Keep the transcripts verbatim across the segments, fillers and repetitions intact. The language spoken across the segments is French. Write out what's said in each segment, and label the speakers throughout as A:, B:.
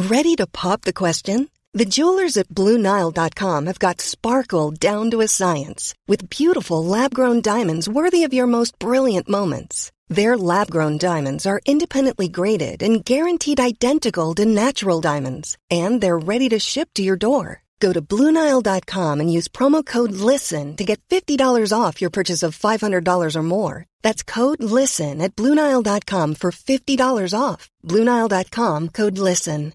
A: Ready to pop the question? The jewelers at Blue Nile dot com have got sparkle down to a science with beautiful lab-grown diamonds worthy of your most brilliant moments. Their lab-grown diamonds are independently graded and guaranteed identical to natural diamonds, and they're ready to ship to your door. Go to Blue Nile dot com and use promo code LISTEN to get fifty dollars off your purchase of five hundred dollars or more. That's code LISTEN at Blue Nile dot com for fifty dollars off. Blue Nile dot com, code LISTEN.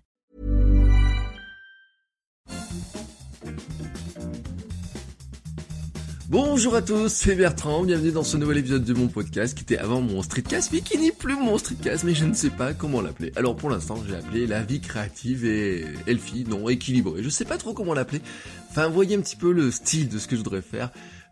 B: Bonjour à tous, c'est Bertrand, bienvenue dans ce nouvel épisode de mon podcast qui était avant mon streetcast, mais qui n'est plus mon streetcast, mais je ne sais pas comment l'appeler. Alors pour l'instant, j'ai appelé la vie créative et healthy, non, équilibrée, je sais pas trop comment l'appeler. Enfin, voyez un petit peu le style de ce que je voudrais faire.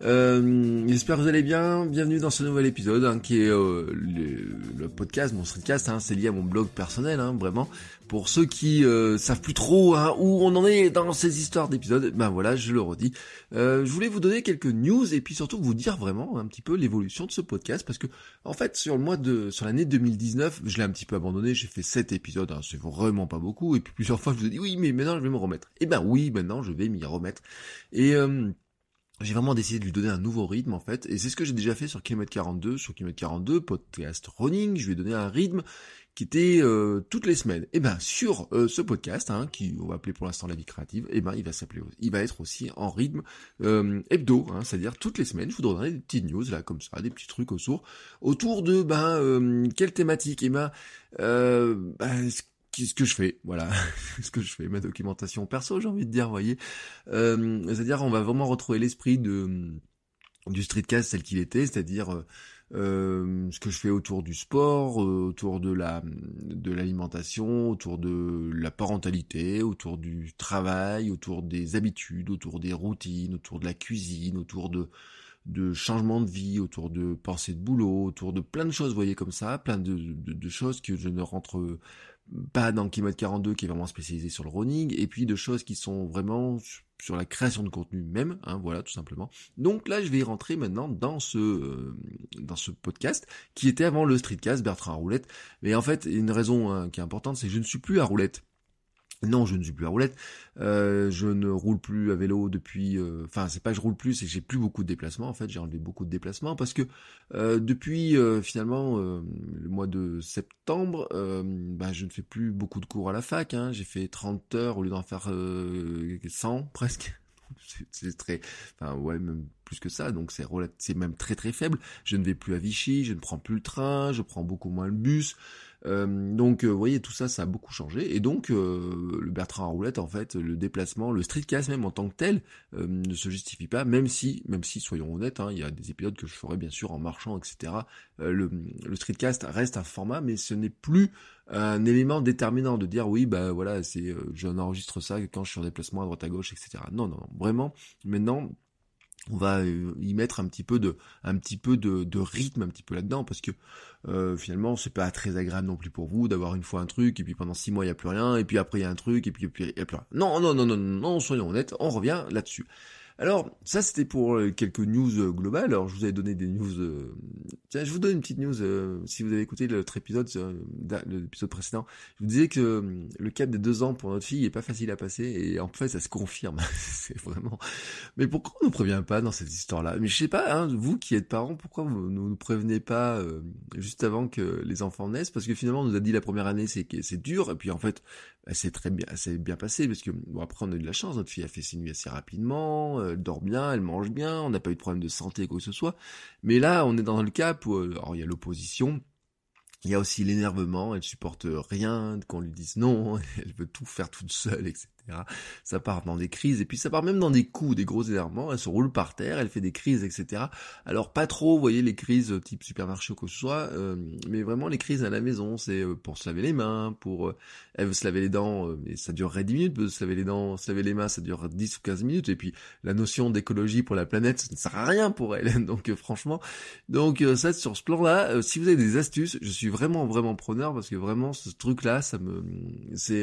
B: Euh, j'espère que vous allez bien, bienvenue dans ce nouvel épisode, hein, qui est euh, le, le podcast, mon streetcast, hein, c'est lié à mon blog personnel, hein, vraiment. Pour ceux qui euh, savent plus trop hein, où on en est dans ces histoires d'épisodes, ben voilà, je le redis. Euh, je voulais vous donner quelques news et puis surtout vous dire vraiment un petit peu l'évolution de ce podcast, parce que en fait sur le mois de, sur l'année deux mille dix-neuf, je l'ai un petit peu abandonné, j'ai fait sept épisodes, hein, c'est vraiment pas beaucoup, et puis plusieurs fois je vous ai dit oui mais maintenant je vais me remettre. Et ben oui, maintenant je vais m'y remettre. Et euh, j'ai vraiment décidé de lui donner un nouveau rythme en fait, et c'est ce que j'ai déjà fait sur Kilomètre quarante-deux, sur Kilomètre quarante-deux, podcast running, je lui ai donné un rythme qui était euh, toutes les semaines. Et ben sur euh, ce podcast, hein, qui on va appeler pour l'instant la vie créative, et ben il va s'appeler, il va être aussi en rythme euh, hebdo, hein, c'est-à-dire toutes les semaines, je vous donnerai des petites news là comme ça, des petits trucs autour, autour de ben euh, quelle thématique, et ben, euh, ben ce que je fais, voilà, ce que je fais, ma documentation perso, j'ai envie de dire, vous voyez, euh, c'est-à-dire on va vraiment retrouver l'esprit de du streetcast tel qu'il était, c'est-à-dire euh, euh, ce que je fais autour du sport, euh, autour de la de l'alimentation, autour de la parentalité, autour du travail, autour des habitudes, autour des routines, autour de la cuisine, autour de de changements de vie, autour de pensées de boulot, autour de plein de choses, vous voyez, comme ça, plein de, de, de choses que je ne rentre pas dans Kilomètre quarante-deux qui est vraiment spécialisé sur le running, et puis de choses qui sont vraiment sur la création de contenu même, hein, voilà, tout simplement. Donc là, je vais y rentrer maintenant dans ce euh, dans ce podcast qui était avant le streetcast Bertrand à roulette. Mais en fait, une raison hein, qui est importante, c'est que je ne suis plus à roulette. Non, je ne suis plus à roulette. Euh, je ne roule plus à vélo depuis. Enfin, euh, c'est pas que je roule plus, c'est que j'ai plus beaucoup de déplacements. En fait, j'ai enlevé beaucoup de déplacements parce que euh, depuis euh, finalement euh, le mois de septembre, euh, bah, je ne fais plus beaucoup de cours à la fac. Hein. J'ai fait trente heures au lieu d'en faire euh, cent presque. C'est, c'est très, enfin ouais, même plus que ça. Donc c'est relativ- c'est même très très faible. Je ne vais plus à Vichy, je ne prends plus le train, je prends beaucoup moins le bus. Euh, donc, euh, vous voyez, tout ça, ça a beaucoup changé. Et donc, euh, le Bertrand à roulette, en fait, le déplacement, le streetcast même en tant que tel, euh, ne se justifie pas. Même si, même si, soyons honnêtes, hein, il y a des épisodes que je ferai bien sûr en marchant, et cetera. Euh, le, le streetcast reste un format, mais ce n'est plus un élément déterminant de dire oui, bah voilà, c'est, euh, je n'enregistre ça que quand je suis en déplacement à droite à gauche, et cetera. Non, non, non, vraiment. Maintenant, on va y mettre un petit peu de un petit peu de, de rythme un petit peu là-dedans, parce que euh, finalement c'est pas très agréable non plus pour vous d'avoir une fois un truc et puis pendant six mois il y a plus rien et puis après il y a un truc et puis il y a plus rien. Non non non non non non, soyons honnêtes, on revient là-dessus. Alors, ça c'était pour euh, quelques news euh, globales. Alors, je vous avais donné des news... Euh... Tiens, je vous donne une petite news. Euh, si vous avez écouté l'autre épisode, euh, l'épisode précédent, je vous disais que euh, le cap des deux ans pour notre fille est pas facile à passer. Et en fait, ça se confirme. C'est vraiment... Mais pourquoi on nous prévient pas dans cette histoire-là? Mais je sais pas, hein, vous qui êtes parents, pourquoi vous ne nous prévenez pas euh, juste avant que les enfants naissent? Parce que finalement, on nous a dit la première année, c'est c'est dur. Et puis en fait... c'est très bien, c'est bien passé, parce que bon, après on a eu de la chance, notre fille a fait ses nuits assez rapidement, elle dort bien, elle mange bien, on n'a pas eu de problème de santé quoi que ce soit, mais là on est dans le cap où alors, il y a l'opposition, il y a aussi l'énervement, elle supporte rien qu'on lui dise non, elle veut tout faire toute seule, et cetera. Ça part dans des crises, et puis ça part même dans des coups, des gros énervements, elle se roule par terre, elle fait des crises, et cetera. Alors pas trop, vous voyez, les crises type supermarché ou quoi que ce soit, euh, mais vraiment les crises à la maison, c'est pour se laver les mains, pour... Euh, elle veut se laver les dents, euh, mais ça durerait dix minutes, se laver les dents, se laver les mains, ça dure dix ou quinze minutes, et puis la notion d'écologie pour la planète, ça ne sert à rien pour elle, donc euh, franchement, donc euh, ça, sur ce plan-là, euh, si vous avez des astuces, je suis vraiment, vraiment preneur, parce que vraiment, ce truc-là, ça me... c'est...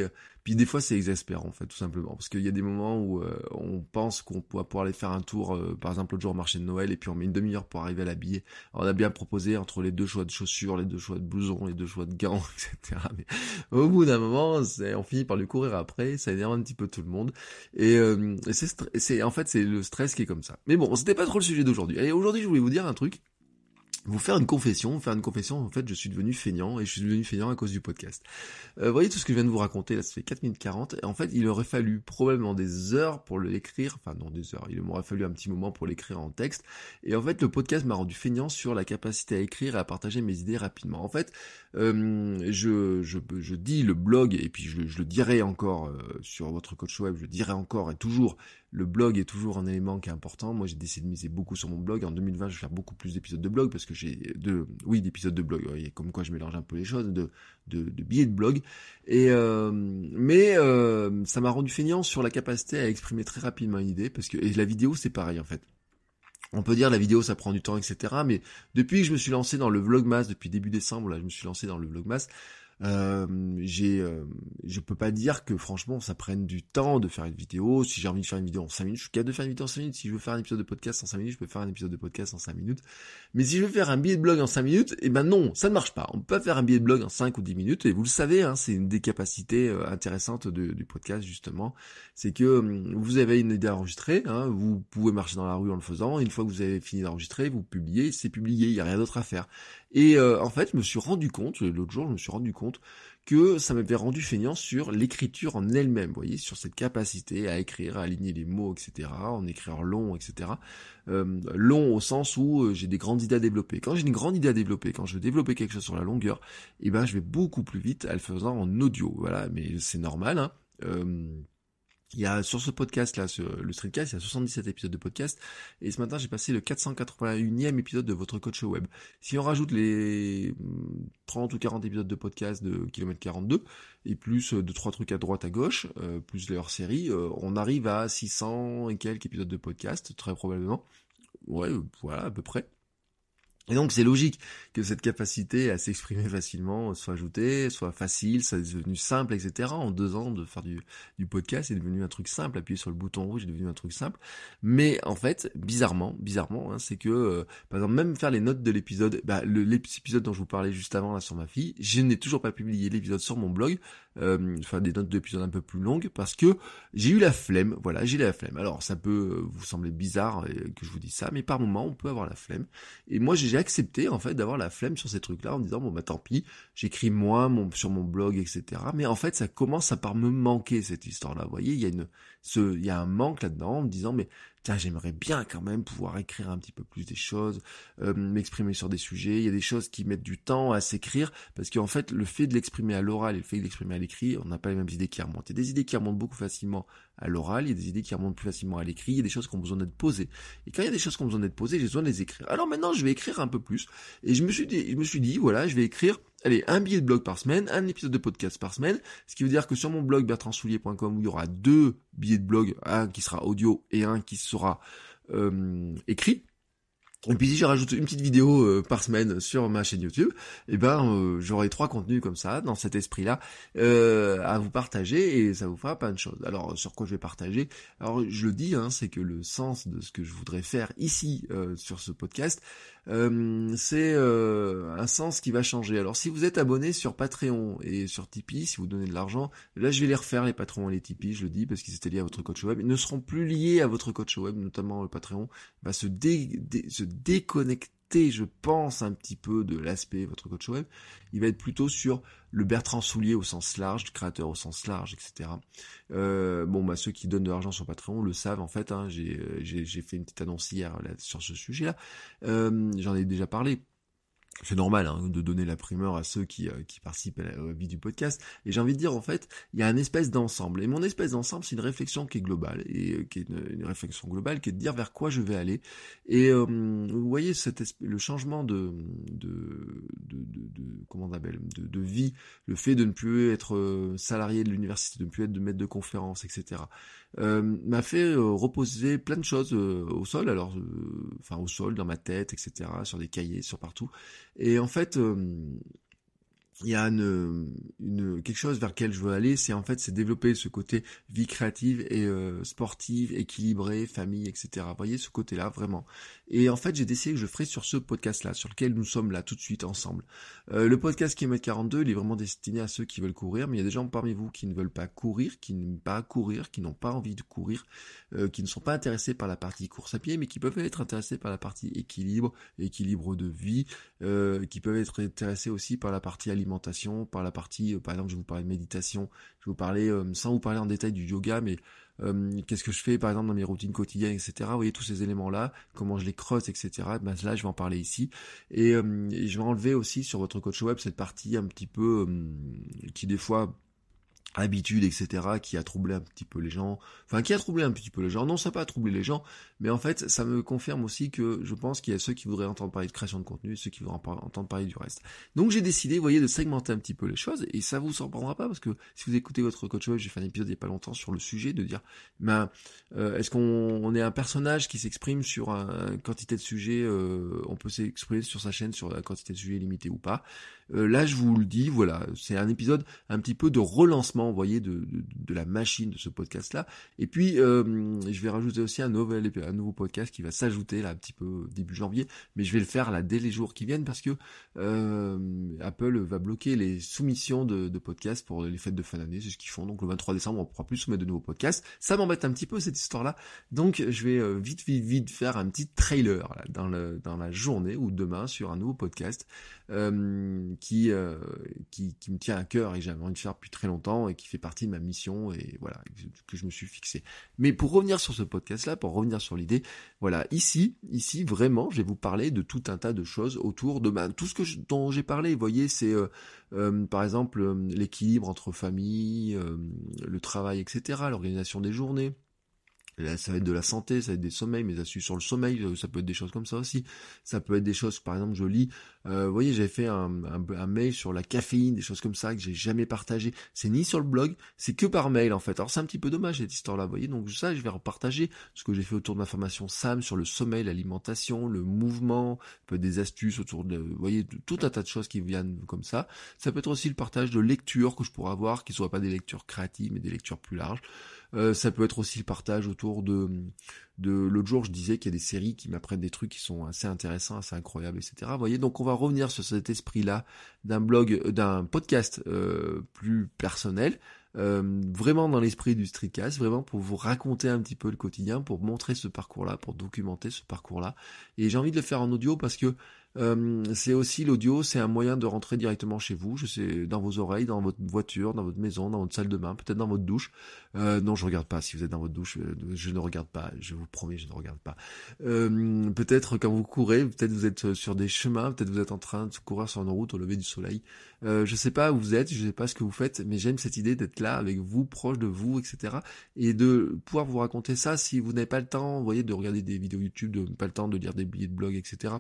B: Puis des fois c'est exaspérant en fait, tout simplement, parce qu'il y a des moments où euh, on pense qu'on va pouvoir aller faire un tour, euh, par exemple l'autre jour au marché de Noël, et puis on met une demi-heure pour arriver à l'habiller. Alors, on a bien proposé entre les deux choix de chaussures, les deux choix de blousons, les deux choix de gants, et cetera. Mais au bout d'un moment, c'est, on finit par lui courir après, ça énerve un petit peu tout le monde, et, euh, et c'est, c'est en fait c'est le stress qui est comme ça. Mais bon, c'était pas trop le sujet d'aujourd'hui. Allez, aujourd'hui je voulais vous dire un truc. Vous faire une confession, vous faire une confession, en fait, je suis devenu feignant, et je suis devenu feignant à cause du podcast. Euh, vous voyez tout ce que je viens de vous raconter, là, ça fait quatre minutes quarante, et en fait, il aurait fallu probablement des heures pour l'écrire, enfin non, des heures, il m'aurait fallu un petit moment pour l'écrire en texte, et en fait, le podcast m'a rendu feignant sur la capacité à écrire et à partager mes idées rapidement. En fait, euh, je, je, je dis le blog, et puis je, je le dirai encore euh, sur votre coach web, je le dirai encore et toujours, le blog est toujours un élément qui est important. Moi, j'ai décidé de miser beaucoup sur mon blog. En deux mille vingt, je vais faire beaucoup plus d'épisodes de blog parce que j'ai de, oui, d'épisodes de blog. Et comme quoi, je mélange un peu les choses, de, de, de billets de blog. Et euh, mais euh, ça m'a rendu feignant sur la capacité à exprimer très rapidement une idée, parce que et la vidéo, c'est pareil en fait. On peut dire la vidéo ça prend du temps, et cetera. Mais depuis que je me suis lancé dans le Vlogmas, depuis début décembre, là, je me suis lancé dans le Vlogmas. Euh, j'ai, euh, je peux pas dire que franchement ça prenne du temps de faire une vidéo. Si j'ai envie de faire une vidéo en cinq minutes, je suis capable de faire une vidéo en cinq minutes. Si je veux faire un épisode de podcast en cinq minutes, je peux faire un épisode de podcast en cinq minutes. Mais si je veux faire un billet de blog en cinq minutes, eh ben non, ça ne marche pas. On peut pas faire un billet de blog en cinq ou dix minutes, et vous le savez, hein, c'est une des capacités euh, intéressantes de, du podcast justement. C'est que euh, vous avez une idée à enregistrer, hein, vous pouvez marcher dans la rue en le faisant, et une fois que vous avez fini d'enregistrer, vous publiez, c'est publié, il n'y a rien d'autre à faire. Et euh, en fait, je me suis rendu compte, l'autre jour, je me suis rendu compte que ça m'avait rendu feignant sur l'écriture en elle-même, vous voyez, sur cette capacité à écrire, à aligner les mots, et cetera, en écrire long, et cetera. Euh, long au sens où euh, j'ai des grandes idées à développer. Quand j'ai une grande idée à développer, quand je veux développer quelque chose sur la longueur, eh ben je vais beaucoup plus vite à le faisant en audio, voilà, mais c'est normal, hein. Euh, Il y a sur ce podcast là, sur le Streetcast, il y a soixante-dix-sept épisodes de podcast, et ce matin j'ai passé le quatre cent quatre-vingt-unième épisode de votre coach web. Si on rajoute les trente ou quarante épisodes de podcast de kilomètre quarante-deux, et plus de trois trucs à droite à gauche, euh, plus les hors-séries, euh, on arrive à six cents et quelques épisodes de podcast, très probablement. Ouais, voilà, à peu près. Et donc c'est logique que cette capacité à s'exprimer facilement soit ajoutée, soit facile, soit devenu simple, et cetera. En deux ans de faire du, du podcast, c'est devenu un truc simple, appuyer sur le bouton rouge, c'est devenu un truc simple. Mais en fait, bizarrement, bizarrement, hein, c'est que, euh, par exemple, même faire les notes de l'épisode, bah, le, l'épisode dont je vous parlais juste avant là sur ma fille, je n'ai toujours pas publié l'épisode sur mon blog, euh, enfin des notes d'épisode un peu plus longues, parce que j'ai eu la flemme, voilà, j'ai eu la flemme. Alors ça peut vous sembler bizarre euh, que je vous dise ça, mais par moment on peut avoir la flemme. Et moi j'ai accepté en fait d'avoir la flemme sur ces trucs-là en me disant bon bah tant pis, j'écris moins mon, sur mon blog, et cetera. Mais en fait ça commence à par me manquer cette histoire-là. Vous voyez, il y a une, ce, il y a un manque là-dedans en me disant mais tiens j'aimerais bien quand même pouvoir écrire un petit peu plus des choses, euh, m'exprimer sur des sujets. Il y a des choses qui mettent du temps à s'écrire parce qu'en fait le fait de l'exprimer à l'oral et le fait de l'exprimer à l'écrit, on n'a pas les mêmes idées qui remontent. Il y a des idées qui remontent beaucoup facilement à l'oral, il y a des idées qui remontent plus facilement à l'écrit, il y a des choses qui ont besoin d'être posées. Et quand il y a des choses qui ont besoin d'être posées, j'ai besoin de les écrire. Alors maintenant, je vais écrire un peu plus. Et je me suis dit, je me suis dit, voilà, je vais écrire, allez, un billet de blog par semaine, un épisode de podcast par semaine, ce qui veut dire que sur mon blog bertrand soulier point com, où il y aura deux billets de blog, un qui sera audio et un qui sera euh, écrit. Et puis si je rajoute une petite vidéo euh, par semaine sur ma chaîne YouTube, eh ben euh, j'aurai trois contenus comme ça, dans cet esprit-là, euh, à vous partager, et ça vous fera plein de choses. Alors sur quoi je vais partager? Alors je le dis, hein, c'est que le sens de ce que je voudrais faire ici euh, sur ce podcast, euh, c'est euh, un sens qui va changer. Alors si vous êtes abonné sur Patreon et sur Tipeee, si vous donnez de l'argent, là je vais les refaire, les Patreons et les Tipeee, je le dis parce qu'ils étaient liés à votre coach web, ils ne seront plus liés à votre coach web, notamment le Patreon va se, dé, dé, se déconnecter, je pense, un petit peu de l'aspect votre coach web. Il va être plutôt sur le Bertrand Soulier au sens large, le créateur au sens large, et cetera. Euh, bon, bah ceux qui donnent de l'argent sur Patreon le savent en fait. Hein, j'ai, j'ai, j'ai fait une petite annonce hier là, sur ce sujet-là. Euh, j'en ai déjà parlé. C'est normal hein, de donner la primeur à ceux qui, euh, qui participent à la, à la vie du podcast. Et j'ai envie de dire, en fait, il y a une espèce d'ensemble. Et mon espèce d'ensemble, c'est une réflexion qui est globale. Et euh, qui est une, une réflexion globale qui est de dire vers quoi je vais aller. Et euh, vous voyez, cet esp- le changement de, de, de, de, de comment on appelle, de, de vie, le fait de ne plus être salarié de l'université, de ne plus être de maître de conférence, et cetera, euh, m'a fait euh, reposer plein de choses euh, au sol. Alors, euh, enfin au sol, dans ma tête, et cetera, sur des cahiers, sur partout. Et en fait, euh, il y a une, une quelque chose vers lequel je veux aller, c'est en fait c'est développer ce côté vie créative et euh, sportive, équilibrée, famille, et cetera. Vous voyez ce côté-là vraiment. Et en fait j'ai décidé que je ferai sur ce podcast-là, sur lequel nous sommes là tout de suite ensemble. Euh, le podcast kilomètre quarante-deux, il est vraiment destiné à ceux qui veulent courir, mais il y a des gens parmi vous qui ne veulent pas courir, qui n'aiment pas courir, qui n'ont pas envie de courir, euh, qui ne sont pas intéressés par la partie course à pied, mais qui peuvent être intéressés par la partie équilibre, équilibre de vie, euh, qui peuvent être intéressés aussi par la partie alimentation, par la partie, euh, par exemple, je vais vous parler de méditation, je vais vous parler, euh, sans vous parler en détail du yoga, mais euh, qu'est-ce que je fais, par exemple, dans mes routines quotidiennes, et cetera. Vous voyez, tous ces éléments-là, comment je les creuse, et cetera. Ben, là, je vais en parler ici. Et, euh, et je vais enlever aussi sur votre coach web cette partie un petit peu, euh, qui des fois... habitude, et cetera, qui a troublé un petit peu les gens, enfin qui a troublé un petit peu les gens, non ça n'a pas troublé les gens, mais en fait ça me confirme aussi que je pense qu'il y a ceux qui voudraient entendre parler de création de contenu et ceux qui voudraient entendre parler du reste. Donc j'ai décidé, vous voyez, de segmenter un petit peu les choses, et ça vous surprendra pas, parce que si vous écoutez votre coach web, j'ai fait un épisode il y a pas longtemps sur le sujet, de dire, ben, euh, est-ce qu'on on est un personnage qui s'exprime sur un, une quantité de sujets, euh, on peut s'exprimer sur sa chaîne sur la quantité de sujets limitée ou pas. Euh, là je vous le dis, voilà, c'est un épisode un petit peu de relancement, vous voyez, de, de, de la machine de ce podcast-là. Et puis, euh, je vais rajouter aussi un, nouvel, un nouveau podcast qui va s'ajouter là un petit peu début janvier, mais je vais le faire là dès les jours qui viennent parce que euh, Apple va bloquer les soumissions de, de podcasts pour les fêtes de fin d'année, c'est ce qu'ils font. Donc le vingt-trois décembre, on ne pourra plus soumettre de nouveaux podcasts. Ça m'embête un petit peu cette histoire-là. Donc je vais euh, vite, vite, vite faire un petit trailer là, dans, le, dans la journée ou demain sur un nouveau podcast euh, qui, euh, qui, qui me tient à cœur et j'avais envie de faire depuis très longtemps et qui fait partie de ma mission et voilà, que je me suis fixé. Mais pour revenir sur ce podcast-là, pour revenir sur l'idée, voilà, ici, ici, vraiment, je vais vous parler de tout un tas de choses autour de ben, tout ce que je, dont j'ai parlé. Vous voyez, c'est euh, euh, par exemple euh, l'équilibre entre famille, euh, le travail, et cetera, l'organisation des journées. Là, ça va être de la santé, ça va être des sommeils, mes astuces sur le sommeil, ça peut être des choses comme ça aussi. Ça peut être des choses, par exemple, je lis, euh, vous voyez, j'ai fait un, un, un mail sur la caféine, des choses comme ça que j'ai jamais partagé. C'est ni sur le blog, c'est que par mail en fait. Alors c'est un petit peu dommage cette histoire-là, vous voyez. Donc ça, je vais repartager ce que j'ai fait autour de ma formation S A M sur le sommeil, l'alimentation, le mouvement, peut être des astuces autour de, vous voyez, de, tout un tas de choses qui viennent comme ça. Ça peut être aussi le partage de lectures que je pourrais avoir, qui ne soient pas des lectures créatives, mais des lectures plus larges. Euh, ça peut être aussi le partage autour de, de l'autre jour je disais qu'il y a des séries qui m'apprennent des trucs qui sont assez intéressants, assez incroyables, et cetera. Vous voyez, donc on va revenir sur cet esprit-là d'un blog, d'un podcast euh, plus personnel, euh, vraiment dans l'esprit du streetcast, vraiment pour vous raconter un petit peu le quotidien, pour montrer ce parcours-là, pour documenter ce parcours-là. Et j'ai envie de le faire en audio parce que Euh, c'est aussi l'audio, c'est un moyen de rentrer directement chez vous, je sais, dans vos oreilles, dans votre voiture, dans votre maison, dans votre salle de bain, peut-être dans votre douche. Euh, non, je regarde pas. Si vous êtes dans votre douche, euh, je ne regarde pas. Je vous promets, je ne regarde pas. Euh, peut-être quand vous courez, peut-être vous êtes sur des chemins, peut-être vous êtes en train de courir sur une route au lever du soleil. Euh, je sais pas où vous êtes, je sais pas ce que vous faites, mais j'aime cette idée d'être là avec vous, proche de vous, et cetera. Et de pouvoir vous raconter ça si vous n'avez pas le temps, vous voyez, de regarder des vidéos YouTube, de pas le temps de lire des billets de blog, et cetera.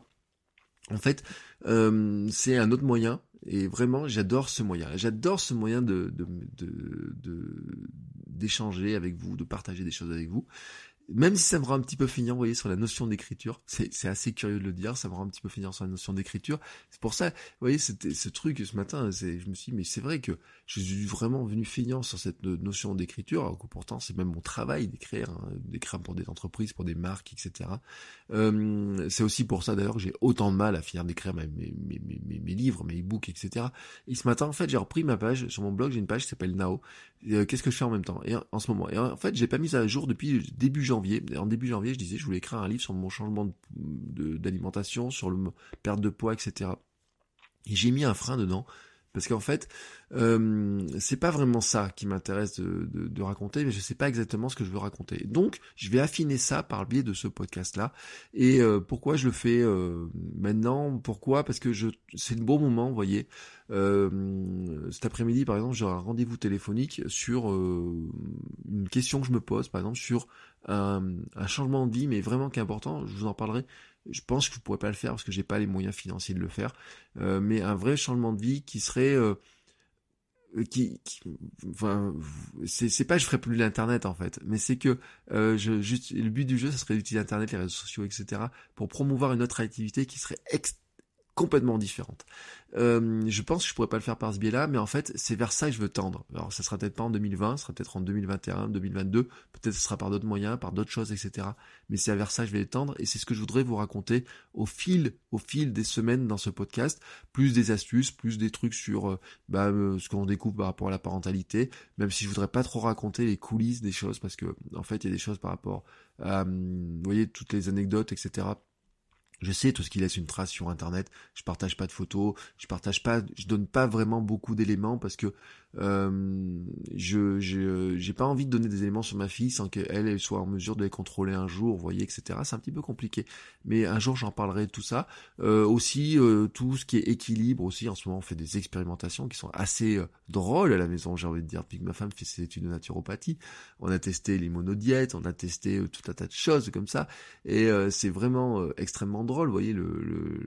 B: En fait, euh, c'est un autre moyen, et vraiment, j'adore ce moyen. J'adore ce moyen de, de, de, de, d'échanger avec vous, de partager des choses avec vous. Même si ça me rend un petit peu feignant, vous voyez, sur la notion d'écriture, c'est, c'est assez curieux de le dire, ça me rend un petit peu feignant sur la notion d'écriture. C'est pour ça, vous voyez, c'était ce truc ce matin, c'est, je me suis dit, mais c'est vrai que je suis vraiment venu feignant sur cette notion d'écriture, alors que pourtant c'est même mon travail d'écrire, hein, d'écrire pour des entreprises, pour des marques, et cetera. Euh, c'est aussi pour ça d'ailleurs que j'ai autant de mal à finir d'écrire mes, mes, mes, mes, mes livres, mes e-books, et cetera. Et ce matin, en fait, j'ai repris ma page, sur mon blog, j'ai une page qui s'appelle Nao. Euh, qu'est-ce que je fais en même temps et en ce moment. Et en fait, j'ai pas mis à jour depuis début janvier. En début janvier, je disais, je voulais écrire un livre sur mon changement de, de, d'alimentation, sur le perte de poids, et cetera. Et j'ai mis un frein dedans. Parce qu'en fait, euh, c'est pas vraiment ça qui m'intéresse de, de, de raconter, mais je sais pas exactement ce que je veux raconter. Donc, je vais affiner ça par le biais de ce podcast-là. Et euh, pourquoi je le fais euh, maintenant ? Pourquoi ? Parce que je, c'est le bon moment, vous voyez. Euh, cet après-midi, par exemple, j'ai un rendez-vous téléphonique sur euh, une question que je me pose, par exemple, sur un, un changement de vie, mais vraiment qui est important. Je vous en parlerai. Je pense que je pourrais pas le faire parce que j'ai pas les moyens financiers de le faire, euh, mais un vrai changement de vie qui serait, euh, qui, qui, enfin, c'est, c'est pas je ferais plus l'internet en fait, mais c'est que euh, je, juste, le but du jeu, ça serait d'utiliser internet, les réseaux sociaux, et cetera, pour promouvoir une autre activité qui serait ex- complètement différentes. Euh, je pense que je pourrais pas le faire par ce biais-là, mais en fait, c'est vers ça que je veux tendre. Alors, ça sera peut-être pas en deux mille vingt, ça sera peut-être en deux mille vingt et un, deux mille vingt-deux, peut-être ce sera par d'autres moyens, par d'autres choses, et cetera. Mais c'est vers ça que je vais tendre, et c'est ce que je voudrais vous raconter au fil, au fil des semaines dans ce podcast, plus des astuces, plus des trucs sur euh, bah, euh, ce qu'on découvre par rapport à la parentalité, même si je voudrais pas trop raconter les coulisses des choses, parce que en fait, il y a des choses par rapport à, vous voyez, toutes les anecdotes, et cetera. Je sais tout ce qui laisse une trace sur internet, je partage pas de photos, je partage pas, je donne pas vraiment beaucoup d'éléments parce que euh, je, je j'ai pas envie de donner des éléments sur ma fille sans qu'elle elle soit en mesure de les contrôler un jour, vous voyez, et cetera. C'est un petit peu compliqué, mais un jour j'en parlerai de tout ça. Euh, aussi euh, tout ce qui est équilibre aussi, en ce moment on fait des expérimentations qui sont assez euh, drôles à la maison, j'ai envie de dire, depuis que ma femme fait ses études de naturopathie, on a testé les monodiètes, on a testé euh, tout un tas de choses comme ça, et euh, c'est vraiment euh, extrêmement drôle, vous voyez, le, le,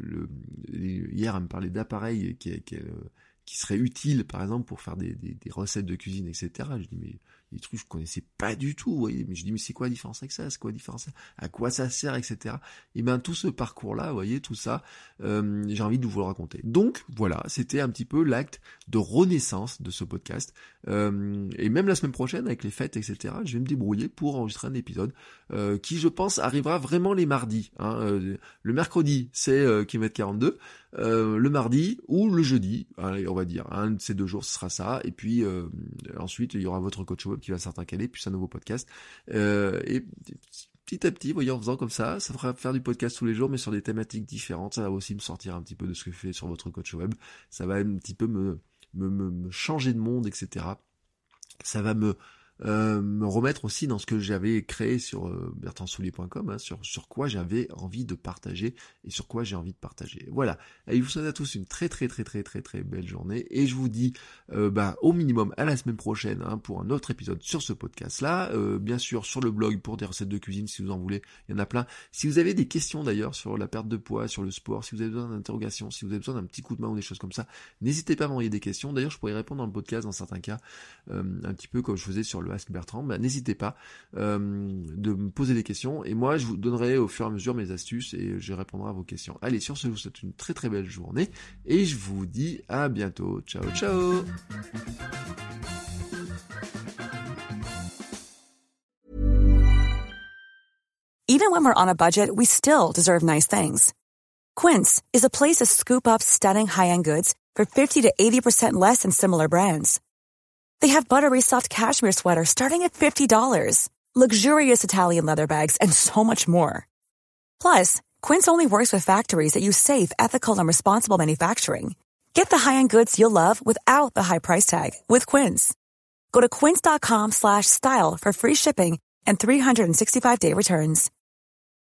B: le hier elle me parlait d'appareils qui, qui, qui seraient utiles par exemple pour faire des, des, des recettes de cuisine, et cetera. Je dis mais des trucs que je connaissais pas du tout, vous voyez, mais je dis mais c'est quoi la différence avec ça, c'est quoi la différence, à quoi ça sert, et cetera. Et ben tout ce parcours-là, vous voyez, tout ça, euh, j'ai envie de vous le raconter. Donc voilà, c'était un petit peu l'acte de renaissance de ce podcast. Euh, et même la semaine prochaine avec les fêtes, et cetera. Je vais me débrouiller pour enregistrer un épisode euh, qui, je pense, arrivera vraiment les mardis. Hein. Euh, le mercredi, c'est euh, kilomètre quarante-deux. Euh, le mardi ou le jeudi, allez, on va dire, un de ces deux jours, ce sera ça. Et puis euh, ensuite, il y aura votre coach web qui va s'intercaler, puis un nouveau podcast. Euh, et petit à petit, vous voyez, en faisant comme ça, ça fera faire du podcast tous les jours, mais sur des thématiques différentes. Ça va aussi me sortir un petit peu de ce que je fais sur votre coach web. Ça va un petit peu me, me, me, me changer de monde, et cetera. Ça va me Euh, me remettre aussi dans ce que j'avais créé sur euh, bertrand soulier point com, hein, sur, sur quoi j'avais envie de partager et sur quoi j'ai envie de partager. Voilà. Et je vous souhaite à tous une très très très très très très belle journée et je vous dis euh, bah, au minimum à la semaine prochaine hein, pour un autre épisode sur ce podcast-là. Euh, bien sûr sur le blog pour des recettes de cuisine si vous en voulez, il y en a plein. Si vous avez des questions d'ailleurs sur la perte de poids, sur le sport, si vous avez besoin d'interrogations, si vous avez besoin d'un petit coup de main ou des choses comme ça, n'hésitez pas à m'envoyer des questions. D'ailleurs je pourrais répondre dans le podcast dans certains cas, euh, un petit peu comme je faisais sur le Ask Bertrand, bah, n'hésitez pas euh, de me poser des questions et moi je vous donnerai au fur et à mesure mes astuces et je répondrai à vos questions. Allez, sur ce, je vous souhaite une très très belle journée et je vous dis à bientôt. Ciao ciao.
C: Even when we're on a budget, we still deserve nice things. Quince is a place to scoop up stunning high-end goods for fifty to eighty percent less than similar brands. They have buttery soft cashmere sweaters starting at fifty dollars, luxurious Italian leather bags, and so much more. Plus, Quince only works with factories that use safe, ethical, and responsible manufacturing. Get the high-end goods you'll love without the high price tag with Quince. Go to quince dot com slash style for free shipping and three sixty-five day returns.